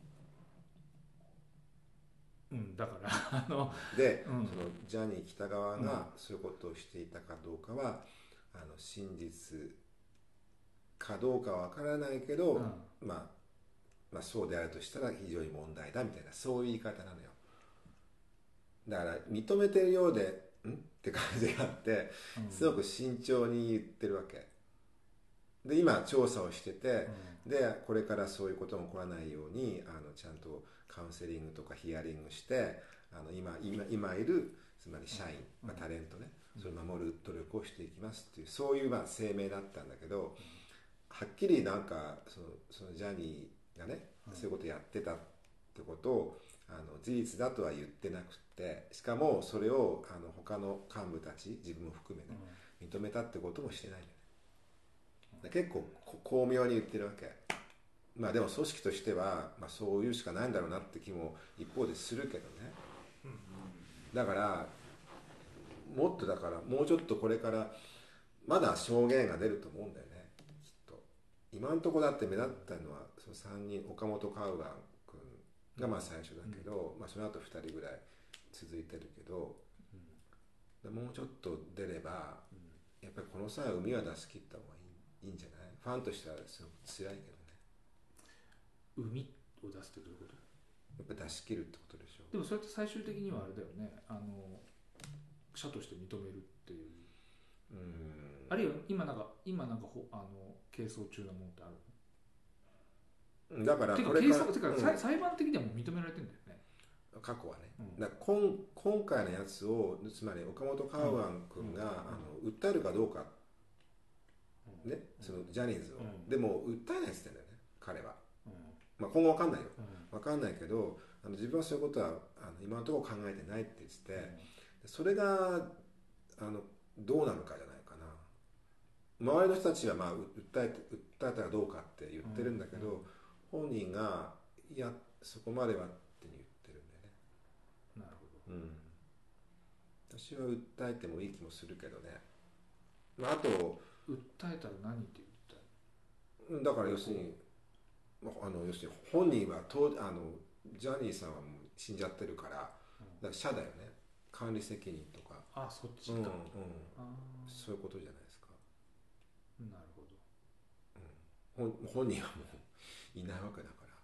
る、うん、だからあので、うん、そのジャニー喜多川がそういうことをしていたかどうかは、うん、あの真実かどうかは分からないけど、うん、まあ、まあそうであるとしたら非常に問題だみたいな、そういう言い方なのよ。だから認めてるようでんって感じがあって、すごく慎重に言ってるわけで、今調査をしてて、うん、でこれからそういうことも起こらないようにあのちゃんとカウンセリングとかヒアリングして、あの 今, 今, 今いるつまり社員、まあ、タレントね、うん、それを守る努力をしていきますっていう、そういうまあ声明だったんだけど、うん、はっきりなんかそのそのジャニーがね、うん、そういうことやってたってことをあの事実だとは言ってなくて、しかもそれをあの他の幹部たち自分も含めね、認めたってこともしてないんだよね。結構巧妙に言ってるわけ。まあでも組織としては、まあ、そういうしかないんだろうなって気も一方でするけどね。だからもっとだからもうちょっとこれからまだ証言が出ると思うんだよね、きっと。今のところだって目立ったのはそのさんにん、岡本カウアン君がまあ最初だけど、うん、まあ、その後ふたりぐらい続いてるけど、うん、もうちょっと出れば、うん、やっぱりこの際は海は出し切った方がいい、いいんじゃない。ファンとしてはすごく辛いけどね。 海を出すってどういうこと？ やっぱ出し切るってことでしょ。 でもそれって最終的にはあれだよね、あの社として認めるっていう、うん、あるいは今なんか今なんかほあの係争中のものってあるの？だからこれからてか、うん、裁判的にはもう認められてるんだよね、 過去はね、うん、だから今今回のやつをつまり岡本カウアン君が、うん、あの訴えるかどうか、うん、ね、そのジャニーズを、うん、でも訴えないって言ってんだよね彼は、うん、まあ、今後分かんないよ、分かんないけど、あの自分はそういうことはあの今のところ考えてないって言ってて、うん、それがあのどうなるかじゃないかな。周りの人たちはまあ訴えて訴えたらどうかって言ってるんだけど、うん、本人がいやそこまではって言ってるんだよね。 なるほど、 うん、私は訴えてもいい気もするけどね、まあ、あと訴えたら何って言った？だから要するにあの要するに本人はとあのジャニーさんはもう死んじゃってるから、うん、だから社だよね、管理責任とか。 あ、そっちか、うんうん、 あ、そういうことじゃないですか。 なるほど、 うん、本, 本人はもういないわけだから、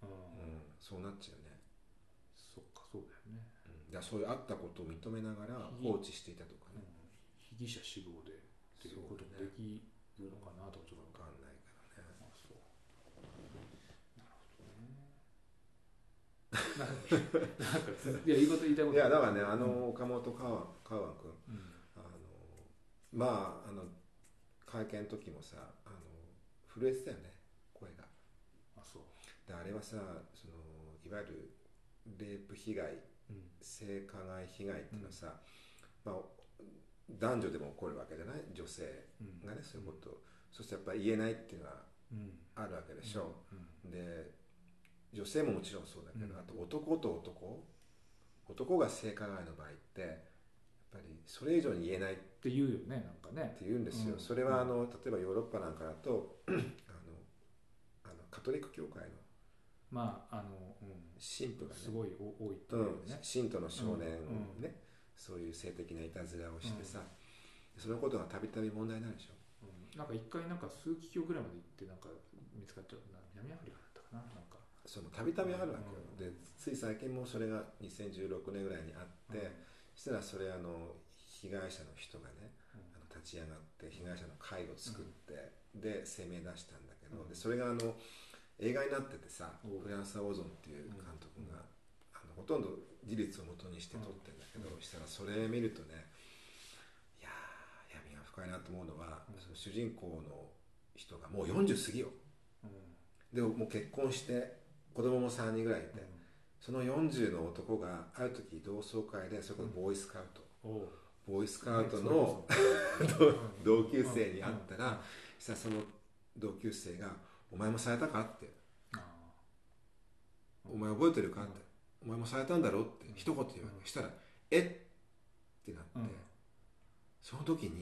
うんうん、そうなっちゃうね。 そっか、そうだよね、 うん、だそういうあったことを認めながら放置していたとかね、うん、 被疑者死亡でっていうこともできるのかなとちょっと分かんないけどね。あ、そう、 なるほどね。なんかいや、いいこと言いたいこと。 いやだからね、あの岡本カウアン君、うん、あのまああの会見の時もさ、あの震えてたよね、声が。 あ、そう。 であれはさ、そのいわゆるレイプ被害、うん、性加害被害っていうのはさ、うん、まあ、男女でも起こるわけじゃない、女性がね、うん、そういうこと、うん、そしてやっぱり言えないっていうのはあるわけでしょ、うんうん、で女性ももちろんそうだけど、うん、あと男と男男が性加害の場合ってやっぱりそれ以上に言えないって言うよね、なんかねって言うんですよ、うん、それはあの例えばヨーロッパなんかだとあのあのカトリック教会のまああの、うん、 神父がねすごい多いっていうね、 うん、信徒の少年をね、うん、そういう性的ないたずらをしてさ、うん、そのことがたびたび問題になるでしょ、 うん、なんか一回なんか数キロぐらいまで行ってなんか見つかっちゃう、南アフリカだったかな、なんかそのたびたびあるわけよ、うん、でつい最近もそれがにせんじゅうろくねんぐらいにあって、うん、そしたらそれあの被害者の人がね、うん、あの立ち上がって被害者の会を作って、うん、で声明出したんだけど、うん、でそれがあの映画になっててさ、フランス・オゾンっていう監督が、うん、あのほとんど事実を元にして撮ってるんだけど、うん、したらそれ見るとね、いやー闇が深いなと思うのは、うん、その主人公の人がもうよんじゅう過ぎよ、うん、でもう結婚して子供もさんにんぐらいいて、うん、そのよんじゅうの男がある時同窓会でそこでボーイスカウト、うん、ボーイスカウトの同級生に会ったら、したらその同級生がお前もされたかって、お前覚えてるかって、お前もされたんだろって一言言うわけ、したらえってなって、その時に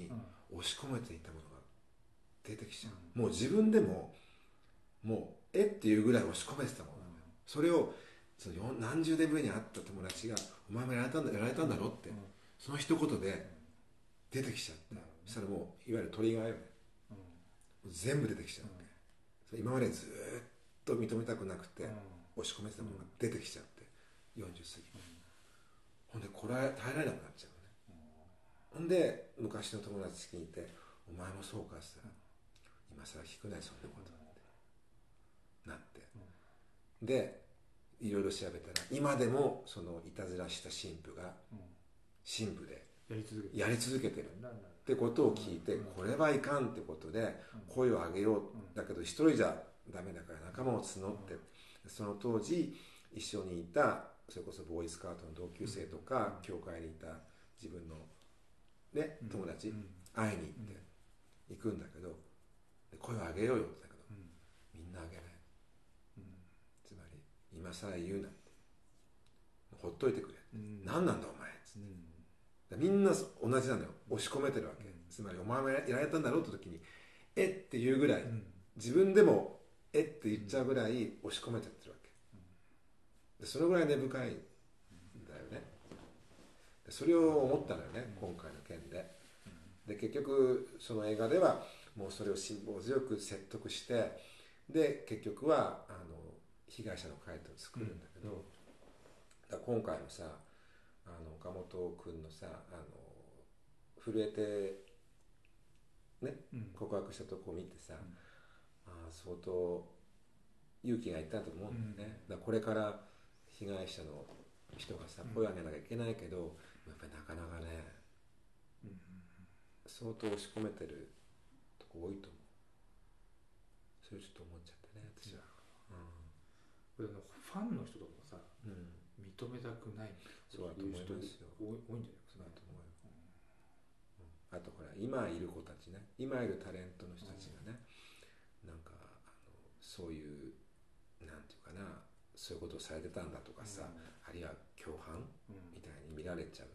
押し込めていたものが出てきちゃう、うん、もう自分でももうえっていうぐらい押し込めてたもの、うん、それをその何十年ぶりに会った友達がお前もやられたんだ、やられたんだろって、うん、その一言で出てきちゃって、うん、そしたらもういわゆるトリガーよね、うん、全部出てきちゃって、うん、今までずっと認めたくなくて、うん、押し込めてたものが出てきちゃってよんじゅう過ぎ、うん、ほんでこれ耐えられなくなっちゃうのね、うん、ほんで昔の友達聞いてお前もそうかって言ったら、今更聞くないそんなことってなって、うん、でいろいろ調べたら今でもそのいたずらした神父が神父でやり続けてるってことを聞いて、これはいかんってことで声を上げよう、だけど一人じゃダメだから仲間を募って、その当時一緒にいたそれこそボーイスカートの同級生とか教会にいた自分のね友達会いに行って行くんだけど、声を上げようよって言ったけどみんな上げない、つまり今更言うなって、ほっといてくれって、うん、何なんだお前っつって、うん、みんな同じなのよ、押し込めてるわけ、うん、つまりお前もやられたんだろうって時にえっていうぐらい、うん、自分でもえって言っちゃうぐらい押し込めてってるわけ、でそのぐらい根深いんだよね。でそれを思ったのよね、今回の件で。で結局その映画ではもうそれを辛抱強く説得して、で結局はあの被害者の会と作るんだけど、だ今回のさあの岡本君のさあの震えてね、告白したとこを見てさ、うん、あ相当勇気がいったと思うんだよね、うん、だからこれから被害者の人がさ声を上げなきゃいけないけど、やっぱりなかなかね、うん、相当押し込めてるとこ多いと思う。それちょっと思っちゃったね私は、 うん、これのファンの人とかもさ、うん、認めたくないそうだと思いますよ。 多いんじゃないですか。 そうだと思うよ、うん、あとほら今いる子たちね、今いるタレントの人たちがね、うん、なんかあのそういうなんていうかな、そういうことをされてたんだとかさ、うん、あるいは共犯、うん、みたいに見られちゃう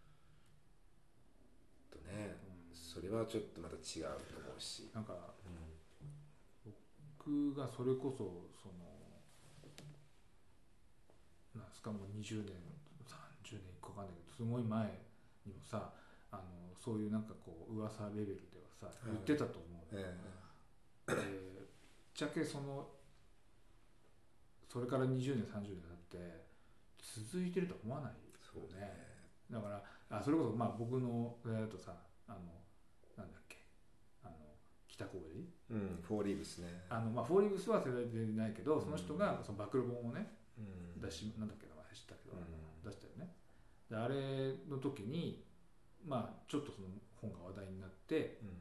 とね、うん、それはちょっとまた違うと思うし、 なんか、うん、僕がそれこそそのなんですか、もうにじゅうねんさんじゅうねんいくか分かんないけど、すごい前にもさあのそういうなんかこう噂レベルではさ言ってたと思う、えー、でぶっちゃけそのそれからにじゅうねんさんじゅうねん経って続いてるとは思わないよね。ねだからあそれこそまあ僕の世代だとさ、あのなんだっけ、あの北小路、 うん、フォーリーブスね、 あの、まあ、フォーリーブスは世代でないけど、その人がその暴露本をね、うん、出しなんだっけ名前知ったけど、うん、出したよね。であれの時にまあちょっとその本が話題になって、うん、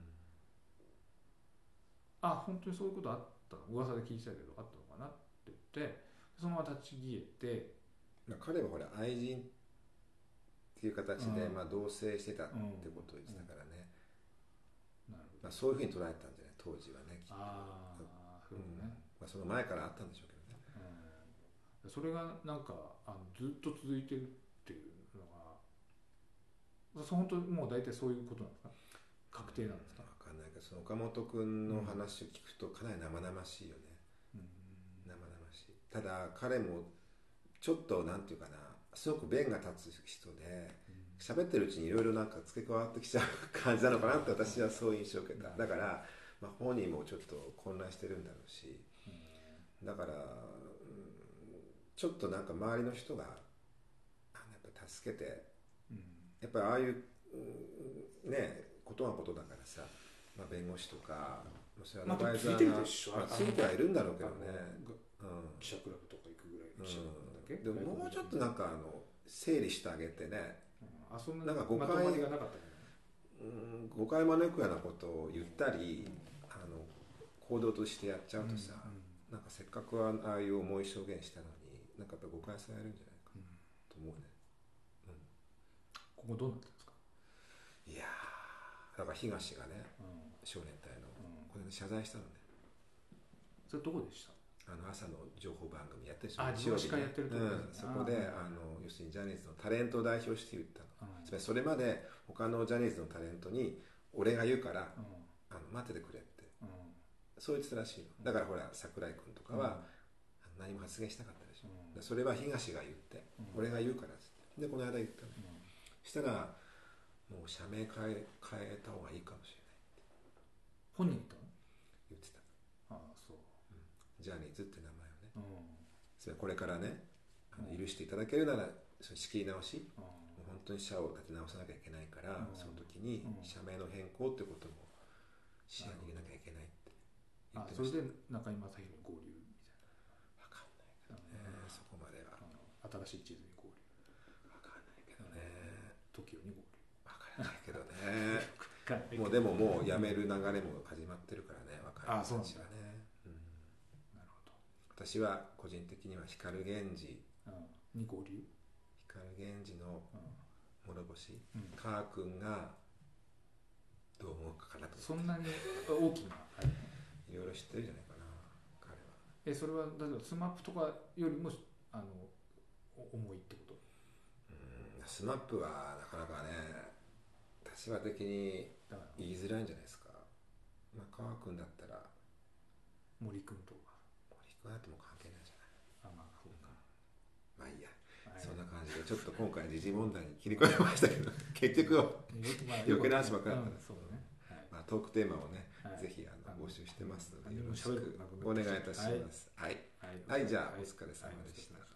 あ本当にそういうことあったの、噂で聞いてたけどあったのかなって言って、そのまま立ち消えて、 彼はほら愛人っていう形で、うん、まあ、同棲してたってことを言ってたからね、うんうん、なるほど、まあ、そういうふうに捉えたんじゃない当時はね、きっと。ああ、そうね、うん、まあ、その前からあったんでしょうけどね、 うん、それがなんかあのずっと続いてるっていうのが、本当にもう大体そういうことなんですか、確定なんですか、 分かんないけど、その岡本君の話を聞くとかなり生々しいよね、うん、生々しい。ただ彼もちょっとなんていうかな、すごく弁が立つ人で喋ってるうちにいろいろなんか付け加わってきちゃう感じなのかなって私はそういう印象を受けた。だから、まあ、本人もちょっと混乱してるんだろうし、だから、うん、ちょっとなんか周りの人がやっぱ助けて、やっぱりああいう、うん、ねことはことだからさ、まあ、弁護士とかそれはアドバイザーが、まあ、 ついてはいるんだろうけどね、 うん、記者クラブとか行くぐらい記者だっけ、 でももうちょっとなんかあの整理してあげてね、 うん、あそんななんか誤解、 まとまりがなかったね、 うん、誤解招くようなことを言ったり、うん、あの行動としてやっちゃうとさ、うんうん、なんかせっかくああいう重い証言したのになんかやっぱ誤解されるんじゃないかと思うね、うん、 ここどうなってるんですか。 いやー、だから東がね、うん、少年隊の、うん、これで謝罪したのね。 それどこでした。 あの朝の情報番組やってるし、 あ、日曜日やってると、 うん、そこであの要するにジャニーズのタレントを代表して言ったの、うん、つまりそれまで他のジャニーズのタレントに俺が言うから、 うん、 あの待っててくれって、 うん、 そう言ってたらしいの。だからほら櫻井君とかは、うん、何も発言しなかったでしょ、うん、それは東が言って、うん、俺が言うからっつってでこの間言ったの、うん、したらもう社名変え変えた方がいいかもしれないって本人言ったの？ 言ってた。 ああそう、 うん、ジャニーズって名前をね、うん、それこれからねあの許していただけるならその仕切り直し、うん、もう本当に社を立て直さなきゃいけないから、うん、その時に社名の変更ってことも視野に入れなきゃいけないって言ってました。 あそれで中居正広に合流みたいな。 分かんないけどね、うん、そこまでは。 新しい地図に合流。 分かんないけどね。 トキオに合流。 分からないけどねもうでももう辞める流れも始まってるからね、若い人たちはね。うん、なるほど。私は個人的には光源氏に合流、 光源氏の諸星、うん、カー君がどう思うかかなと。 そんなに大きないろいろ知ってるじゃないかな彼は。 えそれは例えばスマップとかよりもあの重いってこと？ うん、スマップはなかなかね立場的に言いづらいんじゃないですか。まあ川君だったら森君とか森君だっても関係ないじゃない。 あまあそうか、 まあいいや、はい、そんな感じでちょっと今回時事問題に切り替えましたけど結局は余計な話ばっかりだったんです、うん、そうね、はい、まあ、トークテーマをね、はい、ぜひあの募集してますのでよろしくお願いいたします。はい、はいはい、はい、じゃあお疲れ様でした。